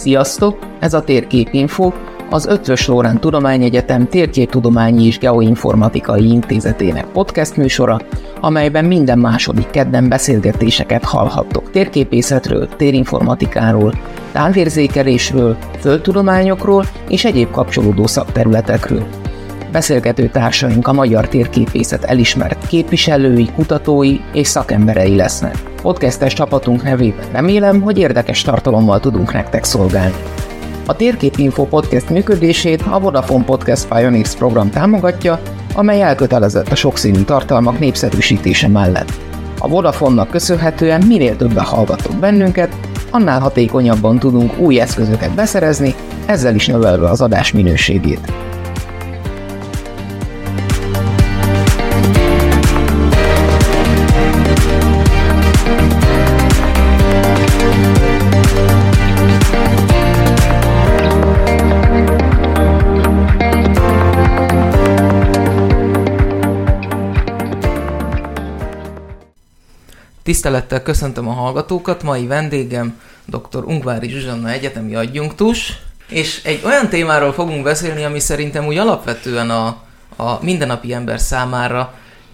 Sziasztok! Ez a Térképinfo, az Eötvös Loránd Tudományegyetem Térképtudományi és Geoinformatikai Intézetének podcast műsora, amelyben minden második kedden beszélgetéseket hallhattok térképészetről, térinformatikáról, távérzékelésről, földtudományokról és egyéb kapcsolódó szakterületekről. Beszélgető társaink a magyar térképészet elismert képviselői, kutatói és szakemberei lesznek. Podcastes csapatunk nevében remélem, hogy érdekes tartalommal tudunk nektek szolgálni. A Térképinfo podcast működését a Vodafone Podcast Pioneers program támogatja, amely elkötelezett a sokszínű tartalmak népszerűsítése mellett. A Vodafone-nak köszönhetően minél többen hallgattok bennünket, annál hatékonyabban tudunk új eszközöket beszerezni, ezzel is növelve az adás minőségét. Tisztelettel köszöntöm a hallgatókat, mai vendégem dr. Ungvári Zsuzsanna egyetemi adjunktus, és egy olyan témáról fogunk beszélni, ami szerintem úgy alapvetően a mindennapi ember számára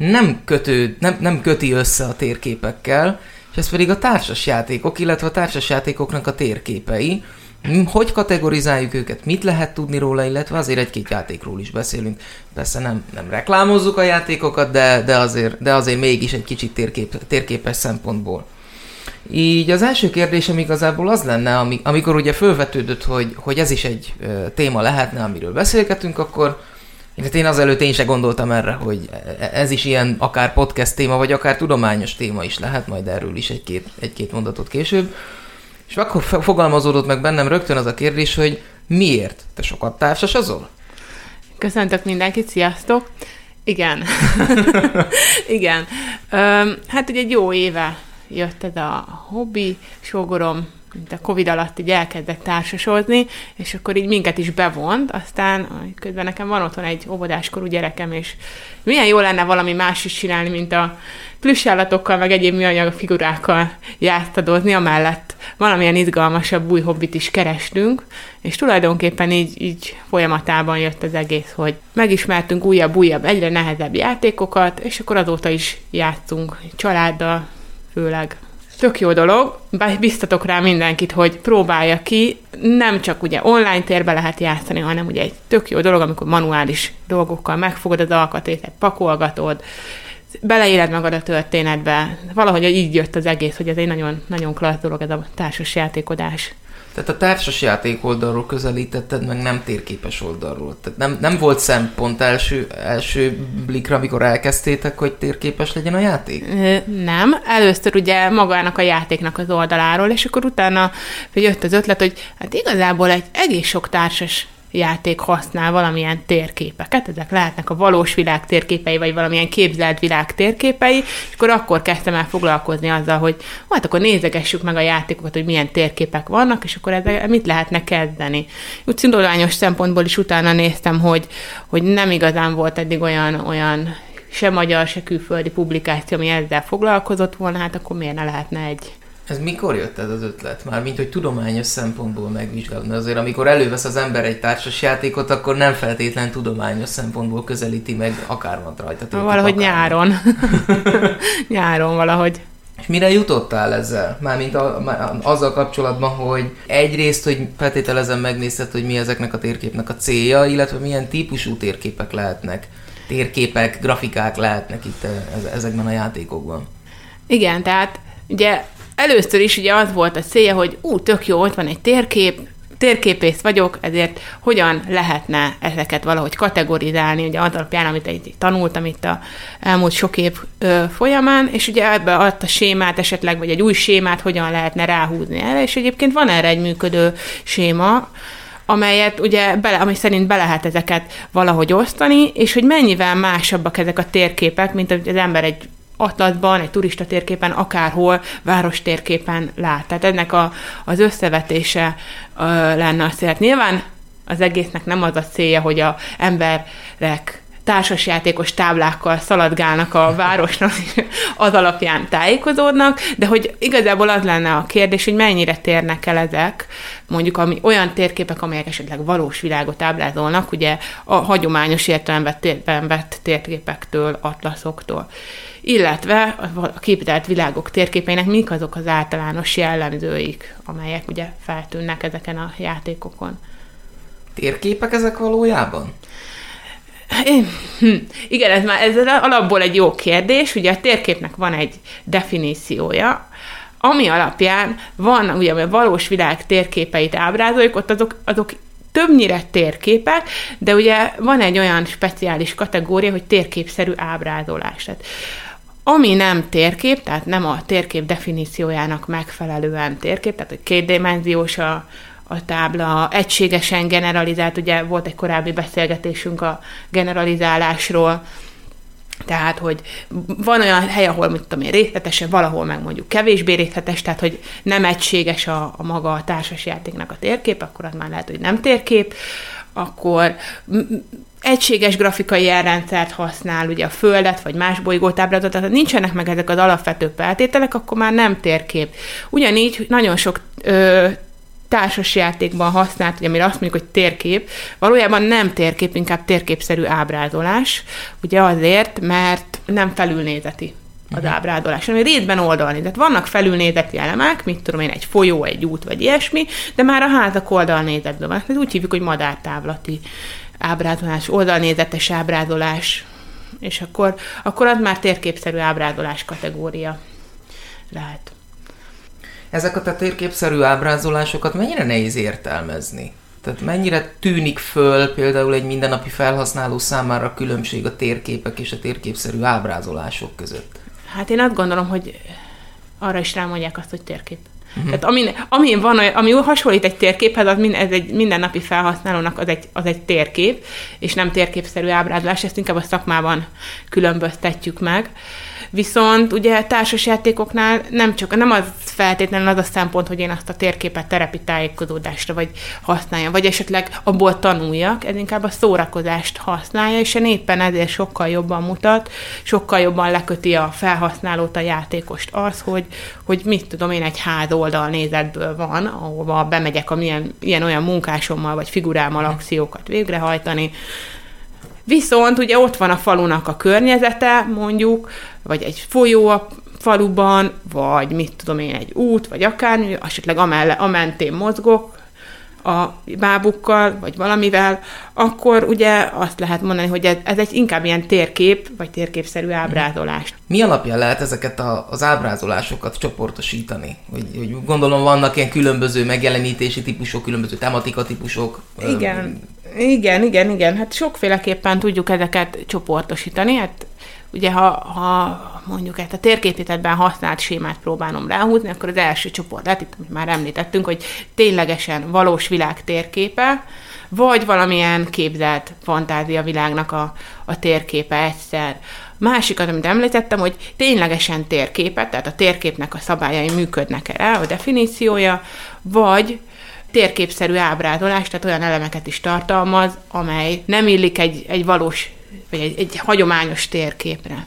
nem köti össze a térképekkel, és ez pedig a társasjátékok, illetve a társasjátékoknak a térképei. Hogy kategorizáljuk őket, mit lehet tudni róla, illetve azért egy-két játékról is beszélünk. Persze nem reklámozzuk a játékokat, de azért mégis egy kicsit térképes szempontból. Így az első kérdésem igazából az lenne, amikor ugye felvetődött, hogy ez is egy téma lehetne, amiről beszélgetünk, akkor én azelőtt én se gondoltam erre, hogy ez is ilyen akár podcast téma, vagy akár tudományos téma is lehet, majd erről is egy-két mondatot később. És akkor fogalmazódott meg bennem rögtön az a kérdés, hogy miért? Te sokat társasazol? Köszöntök mindenkit, sziasztok! Igen. Igen. Hát ugye egy jó éve jött ez a hobbi, sógorom, mint a Covid alatt így elkezdett társasozni, és akkor így minket is bevont, aztán közben nekem van otthon egy óvodáskorú gyerekem, és milyen jó lenne valami más is csinálni, mint a plüssállatokkal, meg egyéb műanyag figurákkal játsztadozni, amellett valamilyen izgalmasabb új hobbit is kerestünk, és tulajdonképpen így folyamatában jött az egész, hogy megismertünk újabb, egyre nehezebb játékokat, és akkor azóta is játszunk családdal, főleg. Tök jó dolog, biztatok rá mindenkit, hogy próbálja ki, nem csak ugye online térbe lehet játszani, hanem ugye egy tök jó dolog, amikor manuális dolgokkal megfogod az alkatrészet, pakolgatod, beleéled magad a történetbe. Valahogy így jött az egész, hogy ez egy nagyon, nagyon klassz dolog ez a társas játékodás. Tehát a társas játék oldalról közelítetted, meg nem térképes oldalról. Tehát nem volt szempont első blikra, amikor elkezdtétek, hogy térképes legyen a játék? Nem. Először ugye magának a játéknak az oldaláról, és akkor utána jött az ötlet, hogy hát igazából egy egész sok társas játék használ valamilyen térképeket, ezek lehetnek a valós világ térképei, vagy valamilyen képzelt világ térképei, és akkor kezdtem el foglalkozni azzal, hogy hát akkor nézegessük meg a játékokat, hogy milyen térképek vannak, és akkor ezzel mit lehetne kezdeni. Úgy tudományos szempontból is utána néztem, hogy nem igazán volt eddig olyan se magyar, se külföldi publikáció, ami ezzel foglalkozott volna, hát akkor miért ne lehetne egy. Ez mikor jött ez az ötlet? Mármint, hogy tudományos szempontból megvizsgálni. Azért, amikor elővesz az ember egy társas játékot, akkor nem feltétlen tudományos szempontból közelíti meg, akár van rajta. Valahogy nyáron. Nyáron valahogy. És mire jutottál ezzel? Mármint azzal kapcsolatban, hogy egyrészt, hogy feltételezem megnézted, hogy mi ezeknek a térképnek a célja, illetve milyen típusú térképek lehetnek. Térképek, grafikák lehetnek itt ezekben a játékokban. Igen, tehát ugye először is ugye az volt a célja, hogy tök jó, ott van egy térképész vagyok, ezért hogyan lehetne ezeket valahogy kategorizálni, ugye az alapján, amit tanultam itt a elmúlt sok év folyamán, és ugye ebbe adta sémát esetleg, vagy egy új sémát hogyan lehetne ráhúzni erre, és egyébként van erre egy működő séma, amelyet ugye ami szerint be lehet ezeket valahogy osztani, és hogy mennyivel másabbak ezek a térképek, mint az ember egy atlaszban, egy turista térképen, akárhol, város térképen lát. Tehát ennek az összevetése lenne a cél. Nyilván az egésznek nem az a célja, hogy az emberek társasjátékos táblákkal szaladgálnak a városnak, az alapján tájékozódnak, de hogy igazából az lenne a kérdés, hogy mennyire térnek el ezek, mondjuk olyan térképek, amelyek esetleg valós világot ábrázolnak, ugye a hagyományos értelemben vett térképektől, atlaszoktól. Illetve a képzelt világok térképeinek mik azok az általános jellemzőik, amelyek ugye feltűnnek ezeken a játékokon. Térképek ezek valójában? Igen, ez alapból egy jó kérdés. Ugye a térképnek van egy definíciója, ami alapján van, ugye a valós világ térképeit ábrázoljuk, ott azok többnyire térképek, de ugye van egy olyan speciális kategória, hogy térképszerű ábrázolás. Tehát ami nem térkép, tehát nem a térkép definíciójának megfelelően térkép, tehát hogy kétdimenziós a tábla, egységesen generalizált, ugye volt egy korábbi beszélgetésünk a generalizálásról, tehát, hogy van olyan hely, ahol, mit tudom én, részletesen, valahol meg mondjuk kevésbé részletes, tehát, hogy nem egységes a maga a társasjátéknak a térkép, akkor az már lehet, hogy nem térkép, akkor egységes grafikai jelrendszert használ, ugye a Földet, vagy más bolygót ábrázol, tehát nincsenek meg ezek az alapvető feltételek, akkor már nem térkép. Ugyanígy nagyon sok társasjátékban használt, ugye, amire azt mondjuk, hogy térkép, valójában nem térkép, inkább térképszerű ábrázolás, ugye azért, mert nem felülnézeti az ábrázolás, ami részben oldalnézet. Vannak felülnézeti elemek, mit tudom én, egy folyó, egy út, vagy ilyesmi, de már a házak oldalnézetből van. Ez úgy hívjuk, hogy madártávlati ábrázolás, oldalnézetes ábrázolás, és akkor az már térképszerű ábrázolás kategória lehet. Ezeket a térképszerű ábrázolásokat mennyire nehéz értelmezni? Tehát mennyire tűnik föl például egy mindennapi felhasználó számára különbség a térképek és a térképszerű ábrázolások között? Hát én azt gondolom, hogy arra is rámondják azt, hogy térkép. Tehát ami hasonlít egy térképhez, ez egy mindennapi felhasználónak az egy térkép, és nem térképszerű ábrázolás, ezt inkább a szakmában különböztetjük meg. Viszont ugye társasjátékoknál nem az feltétlenül az a szempont, hogy én azt a térképet terepi tájékozódásra vagy használjam, vagy esetleg abból tanuljak, ez inkább a szórakozást használja, és éppen ezért sokkal jobban mutat, sokkal jobban leköti a felhasználót, a játékost az, hogy mit tudom én, egy ház oldalnézetből van, ahova bemegyek a ilyen-olyan munkásommal vagy figurámmal akciókat végrehajtani. Viszont ugye ott van a falunak a környezete, mondjuk, vagy egy folyó a faluban, vagy mit tudom én, egy út, vagy akármi, esetleg amentén mozgok a bábukkal, vagy valamivel, akkor ugye azt lehet mondani, hogy ez egy inkább ilyen térkép, vagy térképszerű ábrázolás. Mi alapján lehet ezeket az ábrázolásokat csoportosítani? Hogy gondolom vannak ilyen különböző megjelenítési típusok, különböző tematika típusok. Igen. Hát sokféleképpen tudjuk ezeket csoportosítani. Hát ugye, ha mondjuk a térképítetben használt sémát próbálom ráhúzni, akkor az első csoport lehet, itt már említettünk, hogy ténylegesen valós világ térképe, vagy valamilyen képzelt fantáziavilágnak a térképe egyszer. Másikat, amit említettem, hogy ténylegesen térképet, tehát a térképnek a szabályai működnek el, a definíciója, vagy térképszerű ábrázolás, tehát olyan elemeket is tartalmaz, amely nem illik egy valós, vagy egy hagyományos térképre.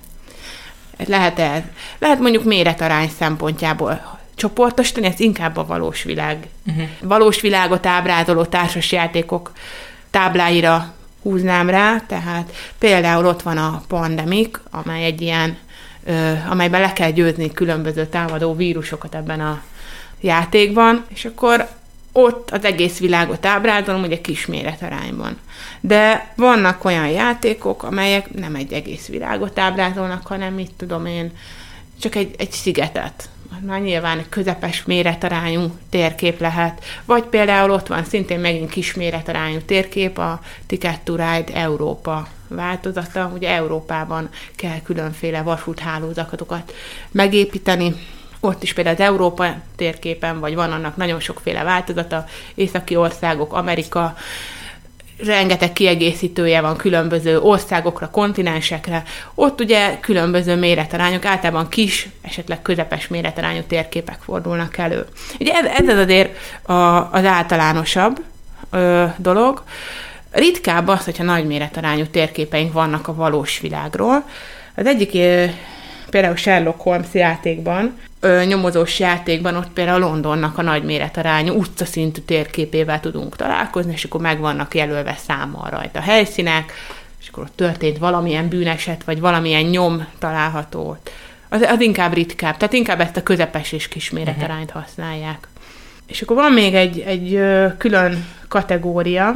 Lehet mondjuk méretarány szempontjából csoportosítani, ez inkább a valós világ. Valós világot ábrázoló társasjátékok tábláira húznám rá, tehát például ott van a Pandemic, amely egy ilyen, amelyben le kell győzni különböző támadó vírusokat ebben a játékban, és akkor ott az egész világot ábrázolom, ugye kis méretarányban. De vannak olyan játékok, amelyek nem egy egész világot ábrázolnak, hanem mit tudom én, csak egy szigetet. Már nyilván egy közepes méretarányú térkép lehet. Vagy például ott van szintén megint kis méretarányú térkép, a Ticket to Ride Európa változata. Ugye Európában kell különféle vasúthálózatokat megépíteni. Ott is például az Európa térképen, vagy van annak nagyon sokféle változata, északi országok, Amerika, rengeteg kiegészítője van különböző országokra, kontinensekre. Ott ugye különböző méretarányok, általában kis, esetleg közepes méretarányú térképek fordulnak elő. Ugye ez azért az általánosabb dolog. Ritkább az, hogyha nagyméretarányú térképeink vannak a valós világról. Az egyik például Sherlock Holmes játékban, nyomozós játékban, ott például Londonnak a nagyméretarányú utcaszintű térképével tudunk találkozni, és akkor meg vannak jelölve számmal rajta helyszínek, és akkor ott történt valamilyen bűneset, vagy valamilyen nyom található. Az inkább ritkább, tehát inkább ezt a közepes és kisméretarányt használják. És akkor van még egy külön kategória,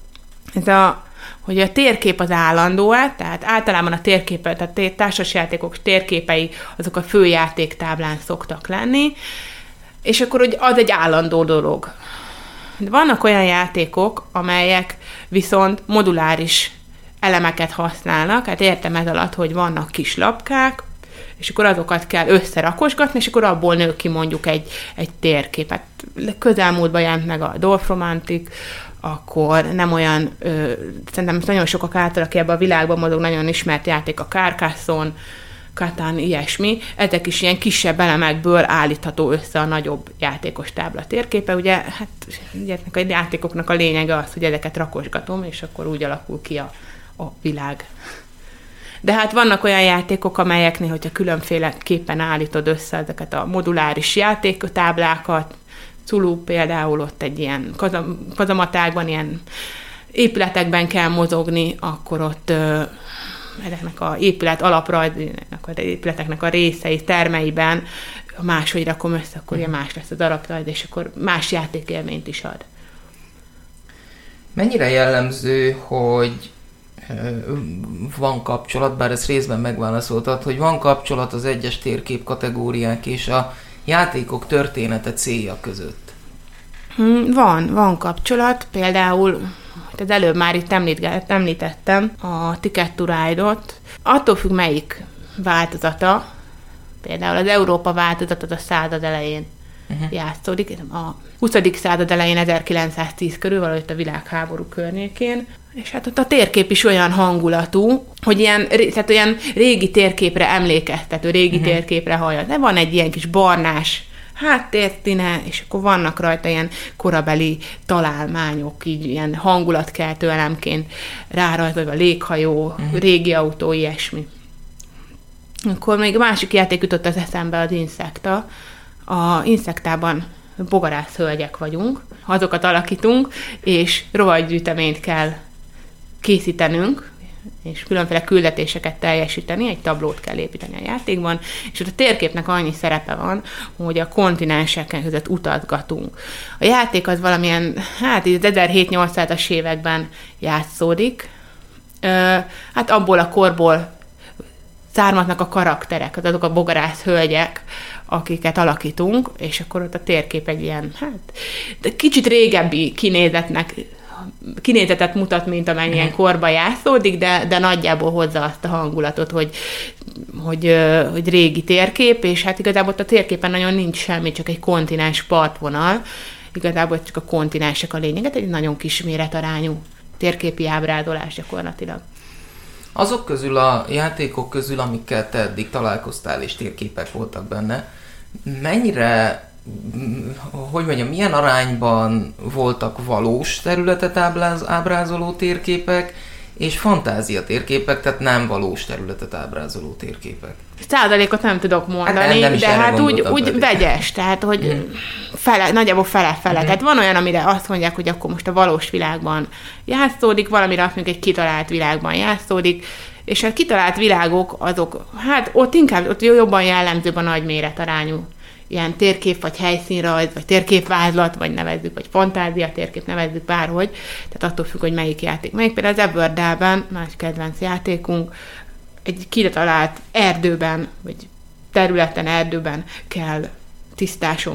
hogy a térkép az állandó, tehát általában a térképe, tehát társasjátékok térképei azok a fő játéktáblán szoktak lenni, és akkor az egy állandó dolog. De vannak olyan játékok, amelyek viszont moduláris elemeket használnak, hát értem ez alatt, hogy vannak kis lapkák, és akkor azokat kell összerakosgatni, és akkor abból nő ki mondjuk egy térképet. Közelmúltban jelent meg a Dolph Romantic, akkor nem olyan, szerintem nagyon sokak által, aki ebben a világban mozog, nagyon ismert játék a Carcassonne, Catan, ilyesmi. Ezek is ilyen kisebb elemekből állítható össze a nagyobb játékos tábla térképe. Ugye, hát ugye a játékoknak a lényege az, hogy ezeket rakosgatom, és akkor úgy alakul ki a világ. De hát vannak olyan játékok, amelyeknél, hogyha különféleképpen állítod össze ezeket a moduláris játéktáblákat, Cthulhu például ott egy ilyen kazamatákban, ilyen épületekben kell mozogni, akkor ott ezeknek az épület alaprajznak, vagy épületeknek a részei, termeiben máshogy rakom össze, akkor ilyen más lesz az alaprajz, és akkor más játékélményt is ad. Mennyire jellemző, hogy van kapcsolat, bár ezt részben megválaszoltad, hogy van kapcsolat az egyes térkép kategóriák és a játékok története célja között? Van kapcsolat, például az előbb már itt említettem a Ticket to Ride-ot. Attól függ, melyik változata, például az Európa változata a század elején játszódik, a 20. század elején 1910 körül, valahogy a világháború környékén, és hát ott a térkép is olyan hangulatú, hogy tehát olyan régi térképre emlékeztető, régi térképre hajaz. De van egy ilyen kis barnás háttérszíne, és akkor vannak rajta ilyen korabeli találmányok, így ilyen hangulatkeltő elemként rárajzolva, léghajó, régi autó, ilyesmi. Akkor még a másik játék jutott az eszembe, az Insecta. A Insectában bogarász hölgyek vagyunk, azokat alakítunk, és rovatgyűjteményt kell készítenünk, és különféle küldetéseket teljesíteni, egy tablót kell építeni a játékban, és ott a térképnek annyi szerepe van, hogy a kontinenseken között utazgatunk. A játék az valamilyen, hát az 1700-800-as években játszódik, hát abból a korból származnak a karakterek, azok a bogarász hölgyek, akiket alakítunk, és akkor ott a térkép egy ilyen, hát kicsit régebbi kinézetet mutat, mint amennyien korba játszódik, de nagyjából hozza azt a hangulatot, hogy régi térkép, és hát igazából ott a térképen nagyon nincs semmi, csak egy kontinens partvonal, igazából csak a kontinensek a lényeget, egy nagyon kis méretarányú térképi ábrázolás gyakorlatilag. Azok közül a játékok közül, amikkel te eddig találkoztál és térképek voltak benne, mennyire, hogy mondjam, milyen arányban voltak valós területet ábrázoló térképek, és fantázia térképek, tehát nem valós területet ábrázoló térképek? Százalékot nem tudok mondani, nem de hát úgy vegyes, tehát hogy nagyjából fele-fele. Tehát van olyan, amire azt mondják, hogy akkor most a valós világban játszódik, valamire azt mondjuk egy kitalált világban játszódik, és a kitalált világok azok, hát ott jobban jellemzőbb a nagy méretarányú ilyen térkép, vagy helyszínrajz, vagy térképvázlat, vagy nevezzük, vagy fantázia térkép, nevezzük bárhogy. Tehát attól függ, hogy melyik játék. Melyik például az Everdell-ben, nagy kedvenc játékunk, egy kitalált erdőben, vagy területen, erdőben kell tisztáson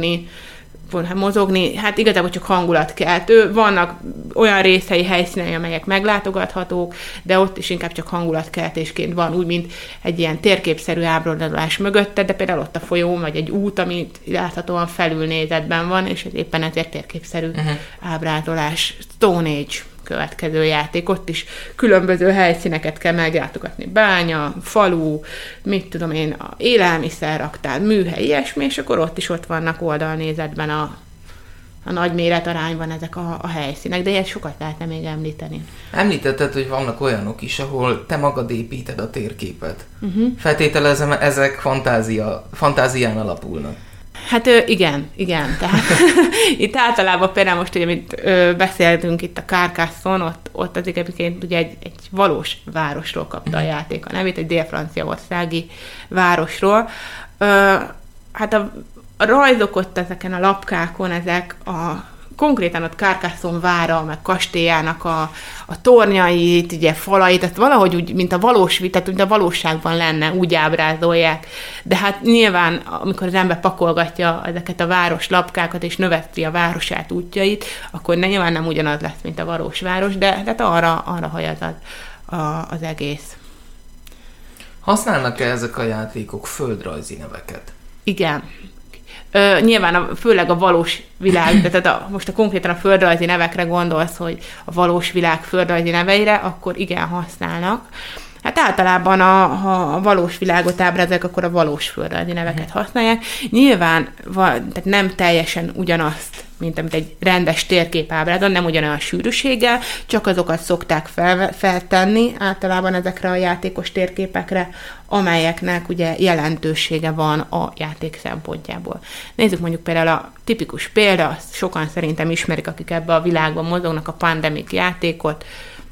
mozogni, hát igazából csak hangulatkeltő. Vannak olyan részei, helyszínei, amelyek meglátogathatók, de ott is inkább csak hangulatkeltésként van, úgy, mint egy ilyen térképszerű ábrázolás mögötte, de például ott a folyó, vagy egy út, amit láthatóan felülnézetben van, és ez éppen ezért térképszerű ábrázolás. Stone Age következő játék, ott is különböző helyszíneket kell meglátogatni. Bánya, falu, mit tudom én, élelmiszerraktár, műhely, ilyesmi, és akkor ott vannak oldalnézetben a nagy méretarányban ezek a helyszínek, de ilyet sokat lehetne még említeni. Említetted, hogy vannak olyanok is, ahol te magad építed a térképet. Feltételezem, ezek fantázián alapulnak. Hát igen. Tehát itt általában például most, ugye, amit beszéltünk itt a Carcassonne, ott az egyébként ugye egy valós városról kapta a játék a nevét, egy dél-franciaországi városról. Hát a rajzok ott ezeken a lapkákon, ezek konkrétan ott Carcassonne vára, meg kastélyának a tornyait, ugye falait, tehát valahogy úgy, mint a valóságban lenne, úgy ábrázolják. De hát nyilván, amikor az ember pakolgatja ezeket a város lapkákat, és növeszti a városát útjait, akkor nyilván nem ugyanaz lesz, mint a valós város, de hát arra hajaz az egész. Használnak-e ezek a játékok földrajzi neveket? Igen. Nyilván főleg a valós világ, tehát most konkrétan a földrajzi nevekre gondolsz, hogy a valós világ földrajzi neveire, akkor igen, használnak. Hát általában, ha a valós világot ábrázolják, akkor a valós földrajzi neveket használják. Nyilván tehát nem teljesen ugyanazt, mint amit egy rendes térkép ábrázol, nem ugyanolyan sűrűséggel, csak azokat szokták feltenni általában ezekre a játékos térképekre, amelyeknek ugye jelentősége van a játék szempontjából. Nézzük mondjuk például a tipikus példa, azt sokan szerintem ismerik, akik ebbe a világban mozognak, a Pandemic játékot.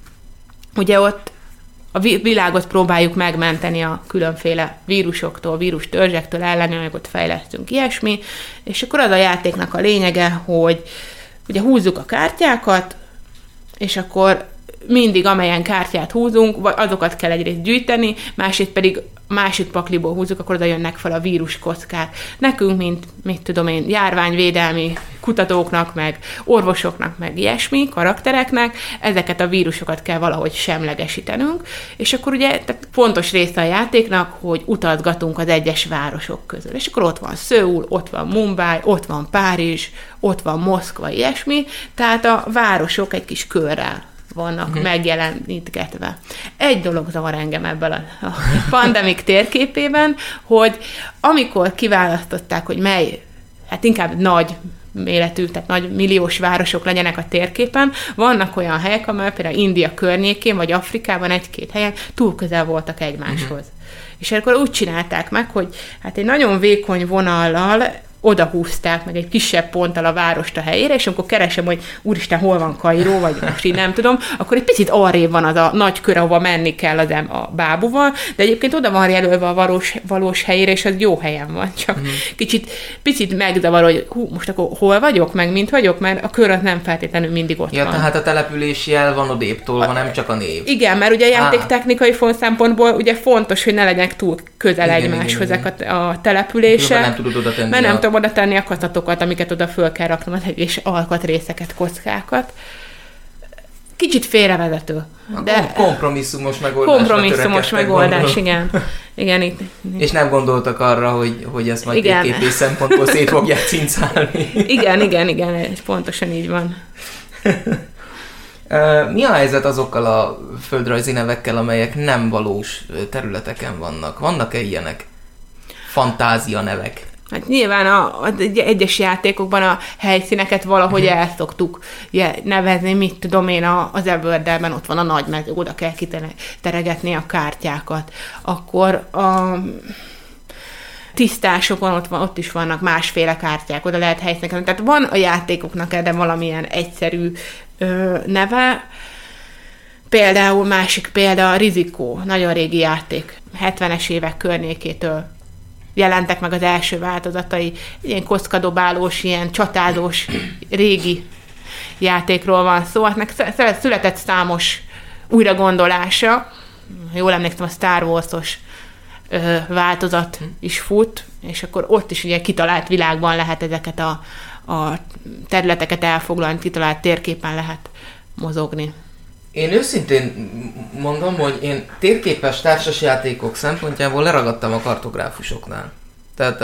Ugye ott a világot próbáljuk megmenteni a különféle vírusoktól, vírustörzsektől, ellenanyagot fejlesztünk, ilyesmi, és akkor az a játéknak a lényege, hogy ugye húzzuk a kártyákat, és akkor mindig amelyen kártyát húzunk, vagy azokat kell egyrészt gyűjteni, másrészt pedig másik pakliból húzzuk, akkor oda jönnek fel a víruskockák. Nekünk, mint járványvédelmi kutatóknak, meg orvosoknak, meg ilyesmi karaktereknek, ezeket a vírusokat kell valahogy semlegesítenünk, és akkor ugye tehát fontos része a játéknak, hogy utazgatunk az egyes városok közül. És akkor ott van Szöul, ott van Mumbai, ott van Párizs, ott van Moszkva, ilyesmi, tehát a városok egy kis körrel vannak megjelenítgetve. Egy dolog zavar engem ebből a Pandemic térképében, hogy amikor kiválasztották, hogy mely, hát inkább nagy méretű, tehát nagy milliós városok legyenek a térképen, vannak olyan helyek, amely például India környékén, vagy Afrikában egy-két helyen túl közel voltak egymáshoz. És akkor úgy csinálták meg, hogy hát egy nagyon vékony vonallal odahúzták meg egy kisebb ponttal a várost a helyére, és amikor keresem, hogy úristen, hol van Kairó, vagy most így nem tudom, akkor egy picit arrébb van az a nagy kör, ahova menni kell a bábuval, de egyébként oda van jelölve a valós helyére, és az jó helyen van, csak picit megzavar, hogy most akkor hol vagyok, meg mint vagyok, mert a kör az nem feltétlenül mindig ott van. Tehát a települési jel van odéptól, nem csak a név. Igen, mert ugye játéktechnikai szempontból ugye fontos, hogy ne legyenek túl közel egymáshoz a települések. Nem tudod oda tenni. Mert nem tudom oda tenni a kacatokat, amiket oda föl kell raknom, az egész alkatrészeket, kockákat. Kicsit félrevezető. De kompromisszumos megoldás. Kompromisszumos megoldás, igen. Igen, itt. És nem gondoltak arra, hogy ezt majd térképész szempontból szét fogják cincálni. Igen, ez pontosan így van. Mi a helyzet azokkal a földrajzi nevekkel, amelyek nem valós területeken vannak? Vannak-e ilyenek? Fantázia nevek? Hát nyilván az egyes játékokban a helyszíneket valahogy el szoktuk nevezni, mit tudom én, az Everdelben ott van a nagy mező, oda kell kiteregetni a kártyákat. Akkor a tisztásokon ott is vannak másféle kártyák, oda lehet helyszíneket. Tehát van a játékoknak erre valamilyen egyszerű neve. Például másik példa a Rizikó, nagyon régi játék, 70-es évek környékétől jelentek meg az első változatai, ilyen kockadobálós, ilyen csatázós, régi játékról van szó. Hát született számos újragondolása, jól emlékszem, a Star Wars-os változat is fut, és akkor ott is ugye kitalált világban lehet ezeket a területeket elfoglalni, kitalált térképen lehet mozogni. Én őszintén mondom, hogy én térképes társasjátékok szempontjából leragadtam a kartográfusoknál. Tehát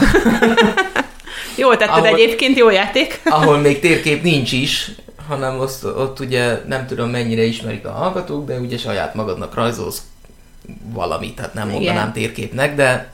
Jól tetted egyébként, jó játék. Ahol még térkép nincs is, hanem ott ugye nem tudom mennyire ismerik a hallgatók, de ugye saját magadnak rajzolsz valamit, tehát nem mondanám térképnek, de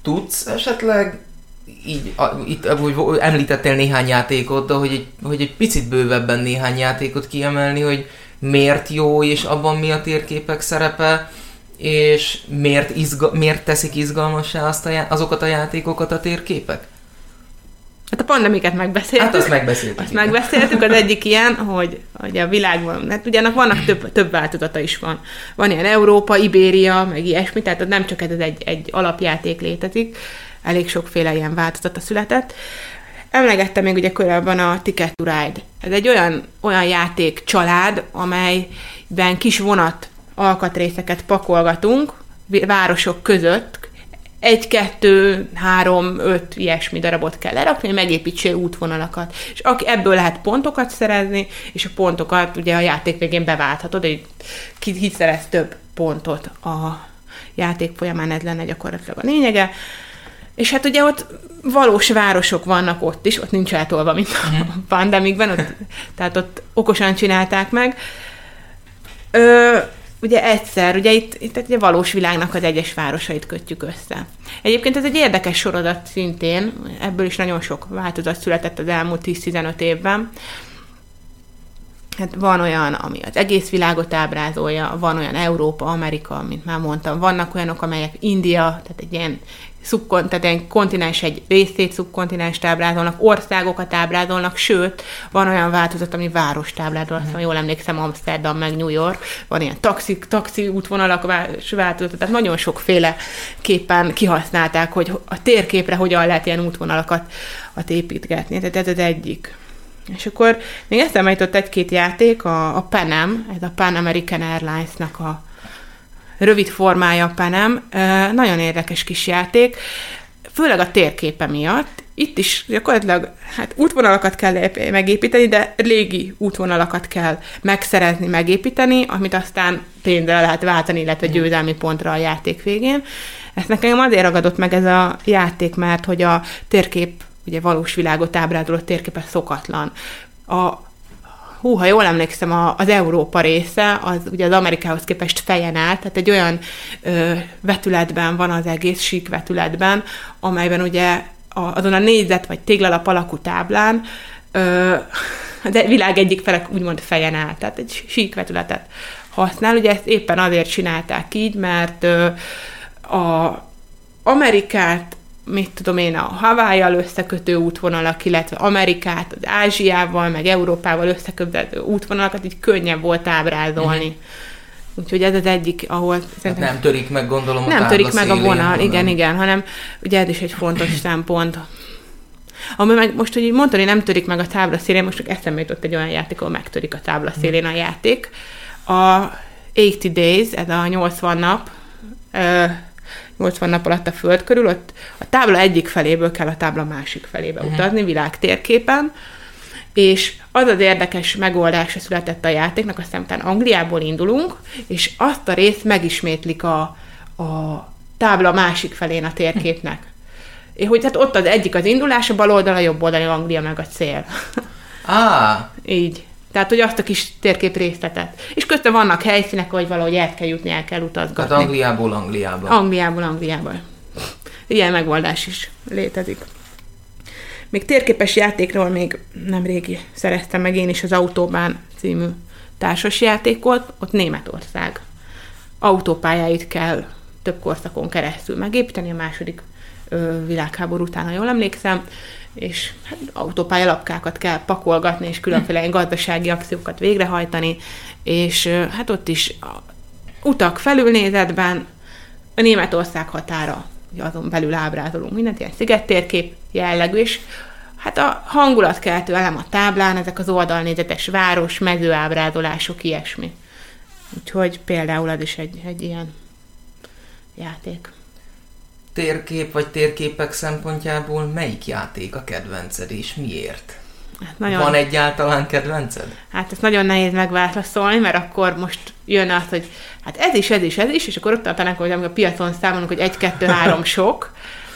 tudsz esetleg így, itt hogy említettél néhány játékot, de hogy egy picit bővebben néhány játékot kiemelni, hogy miért jó, és abban mi a térképek szerepe, és miért teszik izgalmassá azokat a játékokat a térképek? Hát a Pandemicet megbeszéltük. Hát azt megbeszéltük. Azt megbeszéltük, az egyik ilyen, hogy a világban, hát ugye annak vannak több változata is van. Van ilyen Európa, Ibéria, meg ilyesmi, tehát nem csak ez egy alapjáték létezik, elég sokféle ilyen változata született. Emlegettem még ugye korábban a Ticket to Ride. Ez egy olyan játék család, amelyben kis vonat alkatrészeket pakolgatunk városok között, 1, 2, 3, 5 ilyesmi darabot kell lerakni, hogy megépítsél útvonalakat. És ebből lehet pontokat szerezni, és a pontokat ugye a játék végén beválthatod, hogy ki szerez több pontot a játék folyamán, ez lenne gyakorlatilag a lényege. És hát ugye ott valós városok vannak ott is, ott nincs eltolva, mint a Pandemicben, tehát ott okosan csinálták meg. Ugye ugye itt ugye valós világnak az egyes városait kötjük össze. Egyébként ez egy érdekes sorozat szintén, ebből is nagyon sok változat született az elmúlt 10-15 évben. Hát van olyan, ami az egész világot ábrázolja, van olyan Európa, Amerika, mint már mondtam, vannak olyanok, amelyek India, tehát egy ilyen kontinens egy részét, szubkontinenst ábrázolnak, országokat ábrázolnak, sőt, van olyan változat, ami várost ábrázol, azt jól emlékszem, Amsterdam meg New York, van ilyen taxi útvonalak változat, tehát nagyon sokféle képen kihasználták, hogy a térképre hogyan lehet ilyen útvonalakat építgetni, tehát ez az egyik. És akkor még eszembe jutott egy-két játék, a Pan Am, ez a Pan American Airlines-nak a rövid formája a Pan Am, nagyon érdekes kis játék, főleg a térképe miatt. Itt is gyakorlatilag útvonalakat kell megépíteni, de légi útvonalakat kell megszerezni, megépíteni, amit aztán pénzre lehet váltani, illetve győzelmi pontra a játék végén. Ezt nekem azért ragadott meg ez a játék, mert hogy a térkép, ugye valós világot ábrázoló térképe szokatlan. Ha jól emlékszem, az Európa része, az ugye az Amerikához képest fejen áll, tehát egy olyan vetületben van az egész, sík vetületben, amelyben ugye azon a négyzet vagy téglalap alakú táblán de világ egyik fele úgymond fejen áll, tehát egy sík vetületet használ. Ugye ezt éppen azért csinálták így, mert Amerikát, mit tudom én, a Hawaii-jal összekötő útvonalak, illetve Amerikát, az Ázsiával, meg Európával összekötő útvonalakat így könnyebb volt ábrázolni. Úgyhogy ez az egyik, ahol szerintem... Nem törik meg, gondolom, a nem törik meg a vonal, igen, hanem ugye ez is egy fontos szempont. Ami meg most, hogy így mondtad, hogy nem törik meg a tábla szélén, most csak eszembe jutott egy olyan játék, ahol megtörik a tábla szélén a játék. A 80 Days, ez a 80 nap, 80 nap alatt a Föld körül, ott a tábla egyik feléből kell a tábla másik felébe utazni, világtérképen, és az az érdekes megoldása született a játéknak, aztán utána Angliából indulunk, és azt a részt megismétlik a tábla másik felén a térképnek. És hogy hát ott az egyik az indulás, a bal oldal, a jobb oldal, Anglia meg a cél. Így. Tehát, hogy azt a kis térkép részletet. És közben vannak helyszínek, hogy valahogy el kell utazgatni. Tehát Angliából Angliába. Angliából. Ilyen megoldás is létezik. Még térképes játékról még nemrégi szereztem meg én is az Autobahn című társasjátékot, ott Németország autópályáit kell több korszakon keresztül megépíteni, a második világháború után, ha jól emlékszem, és hát autópálya lapkákat kell pakolgatni, és különféle gazdasági akciókat végrehajtani, és hát ott is utak felülnézetben a Németország határa, azon belül ábrázolunk mindent, ilyen szigettérkép jellegű, és hát a hangulatkeltő elem a táblán, ezek az oldalnézetes város, mezőábrázolások, ilyesmi. Úgyhogy például az is egy ilyen játék. Térkép vagy térképek szempontjából melyik játék a kedvenced, és miért? Hát van egyáltalán kedvenced? Hát ezt nagyon nehéz megválaszolni, mert akkor most jön az, hogy hát ez is, és akkor ott tartanak, hogy a piacon számolunk, hogy 1, 2, 3 sok.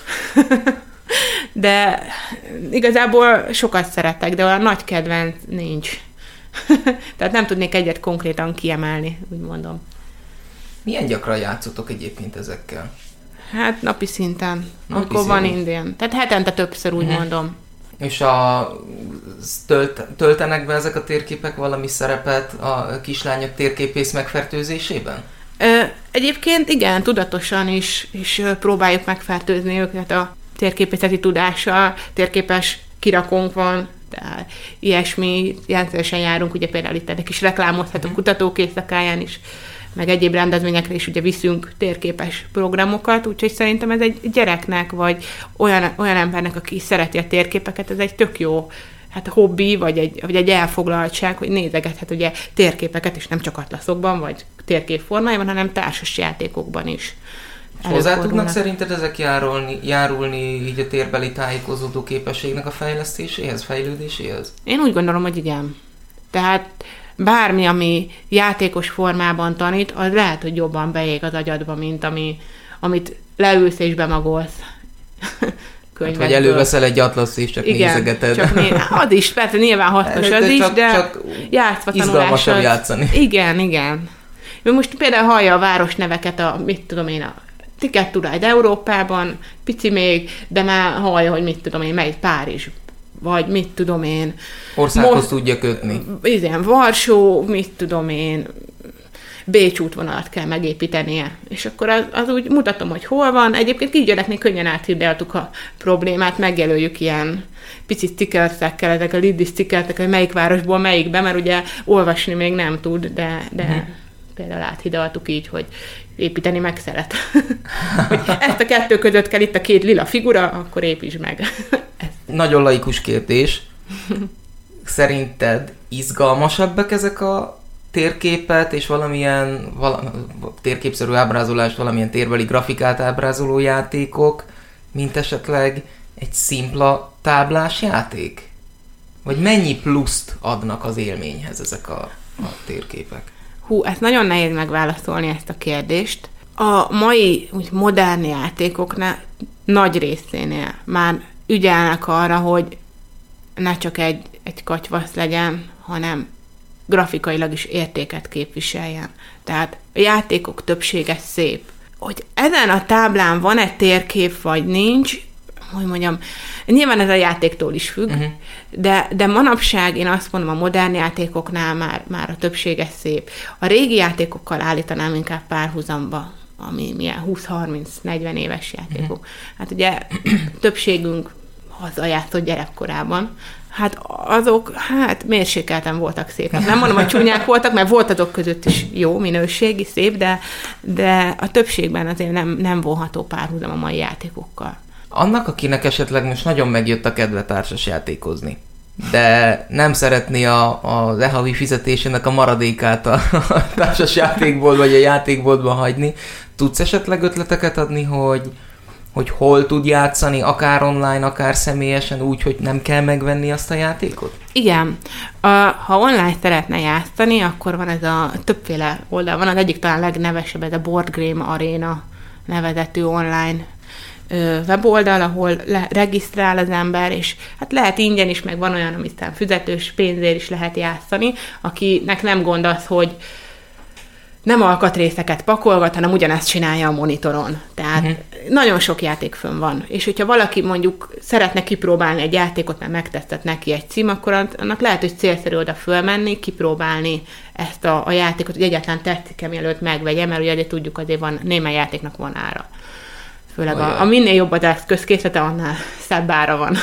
De igazából sokat szeretek, de olyan nagy kedvenc nincs. Tehát nem tudnék egyet konkrétan kiemelni, úgy mondom. Milyen gyakran játszotok egyébként ezekkel? Hát napi szinten, amikor van indén. Tehát hetente többször, úgy mondom. És töltenek be ezek a térképek valami szerepet a kislányok térképész megfertőzésében? Egyébként igen, tudatosan is próbáljuk megfertőzni őket a térképészeti tudással, térképes kirakónk van, de ilyesmi, jelentősen járunk, ugye például itt ennek is reklámozhatunk kutatókészlekáján is, meg egyéb rendezvényekre is ugye viszünk térképes programokat, úgyhogy szerintem ez egy gyereknek, vagy olyan embernek, aki szereti a térképeket, ez egy tök jó hobbi, vagy egy elfoglaltság, hogy nézegethet ugye térképeket, és nem csak atlaszokban, vagy térkép formájában, hanem társas játékokban is. Hozzá tudnak szerinted ezek járulni így a térbeli tájékozódó képességnek a fejlesztéséhez, fejlődéséhez? Én úgy gondolom, hogy igen. Tehát bármi, ami játékos formában tanít, az lehet, hogy jobban beég az agyadba, mint amit leülsz és bemagolsz könyvekből. Vagy előveszel egy atlaszt és csak nézegeted. Az is, persze nyilván hasznos az is, de játszva tanulással. Izgalmasabb játszani. Igen. Most például hallja a városneveket, a Ticket to Ride Európában, pici még, de már hallja, hogy melyik Párizs, vagy országhoz tudja kötni. Igen, Varsó, Bécs útvonalat kell megépítenie. És akkor az úgy mutatom, hogy hol van. Egyébként kisgyereknél könnyen áthirdáltuk a problémát, megjelöljük ilyen pici stickersekkel, ezek a liddi stickerek, hogy melyik városból melyikbe, mert ugye olvasni még nem tud, de például áthidaltuk így, hogy építeni meg szeret. Hogy ezt a kettő között kell itt a két lila figura, akkor építsd meg. Nagyon laikus kérdés. Szerinted izgalmasabbak ezek a térképet és valamilyen térképszerű ábrázolást, valamilyen térbeli grafikát ábrázoló játékok, mint esetleg egy szimpla táblás játék? Vagy mennyi pluszt adnak az élményhez ezek a térképek? Ez nagyon nehéz megválaszolni ezt a kérdést. A mai modern játékoknál nagy részénél már ügyelnek arra, hogy ne csak egy katyvasz legyen, hanem grafikailag is értéket képviseljen. Tehát a játékok többsége szép. Hogy ezen a táblán van-e térkép, vagy nincs, hogy mondjam, nyilván ez a játéktól is függ, de manapság én azt mondom, a modern játékoknál már a többsége szép. A régi játékokkal állítanám inkább párhuzamba, ami milyen 20-30-40 éves játékok. Hát ugye többségünk hazajátszott gyerekkorában, hát azok mérsékelten voltak szépek. Nem mondom, hogy csúnyák voltak, mert volt azok között is jó minőségi, szép, de a többségben azért nem vonható párhuzam a mai játékokkal. Annak, akinek esetleg most nagyon megjött a kedve társas játékozni, de nem szeretné az e-havi fizetésének a maradékát a társas játékból vagy a játékboltban hagyni, tudsz esetleg ötleteket adni, hogy hol tud játszani, akár online, akár személyesen, úgy, hogy nem kell megvenni azt a játékot? Igen. Ha online szeretne játszani, akkor van ez a többféle oldal. Van az egyik talán legnevesebb, ez a Board Game Arena nevezetű online weboldal, ahol regisztrál az ember, és hát lehet ingyen is, meg van olyan, amit fizetős pénzért is lehet játszani, akinek nem gond az, hogy nem alkatrészeket pakolgat, hanem ugyanezt csinálja a monitoron. Tehát nagyon sok játék fönn van. És hogyha valaki mondjuk szeretne kipróbálni egy játékot, mert megtesztett neki egy cím, akkor annak lehet, hogy célszerű oda fölmenni, kipróbálni ezt a játékot, hogy egyáltalán tetszik-e, mielőtt megvegye, mert ugye tudjuk, azért van, némely játéknak van ára. Főleg a minél jobb az eszközkészlete, annál szebb ára van.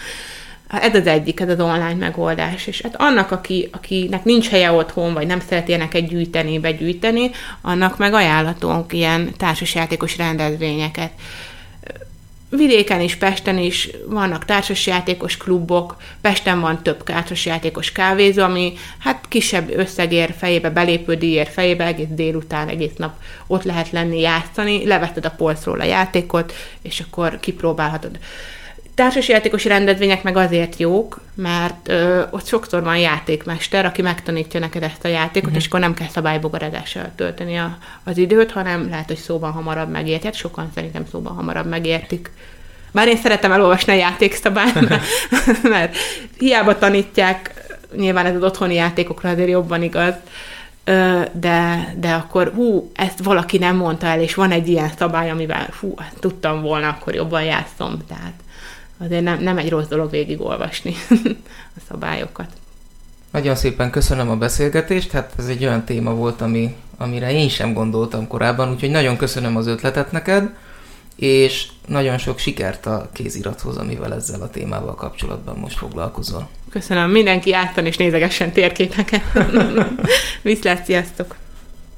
Ez az egyik, ez az online megoldás. És hát annak, akinek nincs helye otthon, vagy nem szeret ilyeneket gyűjteni, begyűjteni, annak meg ajánlatunk ilyen társasjátékos rendezvényeket. Vidéken is, Pesten is vannak társasjátékos klubok, Pesten van több társasjátékos kávézó, ami hát kisebb összegér fejébe, belépő díjér fejébe, egész délután, egész nap ott lehet lenni, játszani, leveszed a polcról a játékot, és akkor kipróbálhatod. Társasjátékos rendezvények meg azért jók, mert ott sokszor van játékmester, aki megtanítja neked ezt a játékot, és akkor nem kell szabálybogarázással tölteni az időt, hanem lehet, hogy szóban hamarabb megérti. Hát sokan szerintem szóban hamarabb megértik. Bár én szeretem elolvasni a játékszabályt, mert hiába tanítják, nyilván ez az otthoni játékokra azért jobban igaz, de akkor ezt valaki nem mondta el, és van egy ilyen szabály, amivel tudtam volna, akkor jobban játszom. Tehát azért nem egy rossz dolog végigolvasni a szabályokat. Nagyon szépen köszönöm a beszélgetést, hát ez egy olyan téma volt, amire én sem gondoltam korábban, úgyhogy nagyon köszönöm az ötletet neked, és nagyon sok sikert a kézirathoz, amivel ezzel a témával kapcsolatban most foglalkozol. Köszönöm, mindenki áttan és nézegessen térképeket. Viszlát, sziasztok!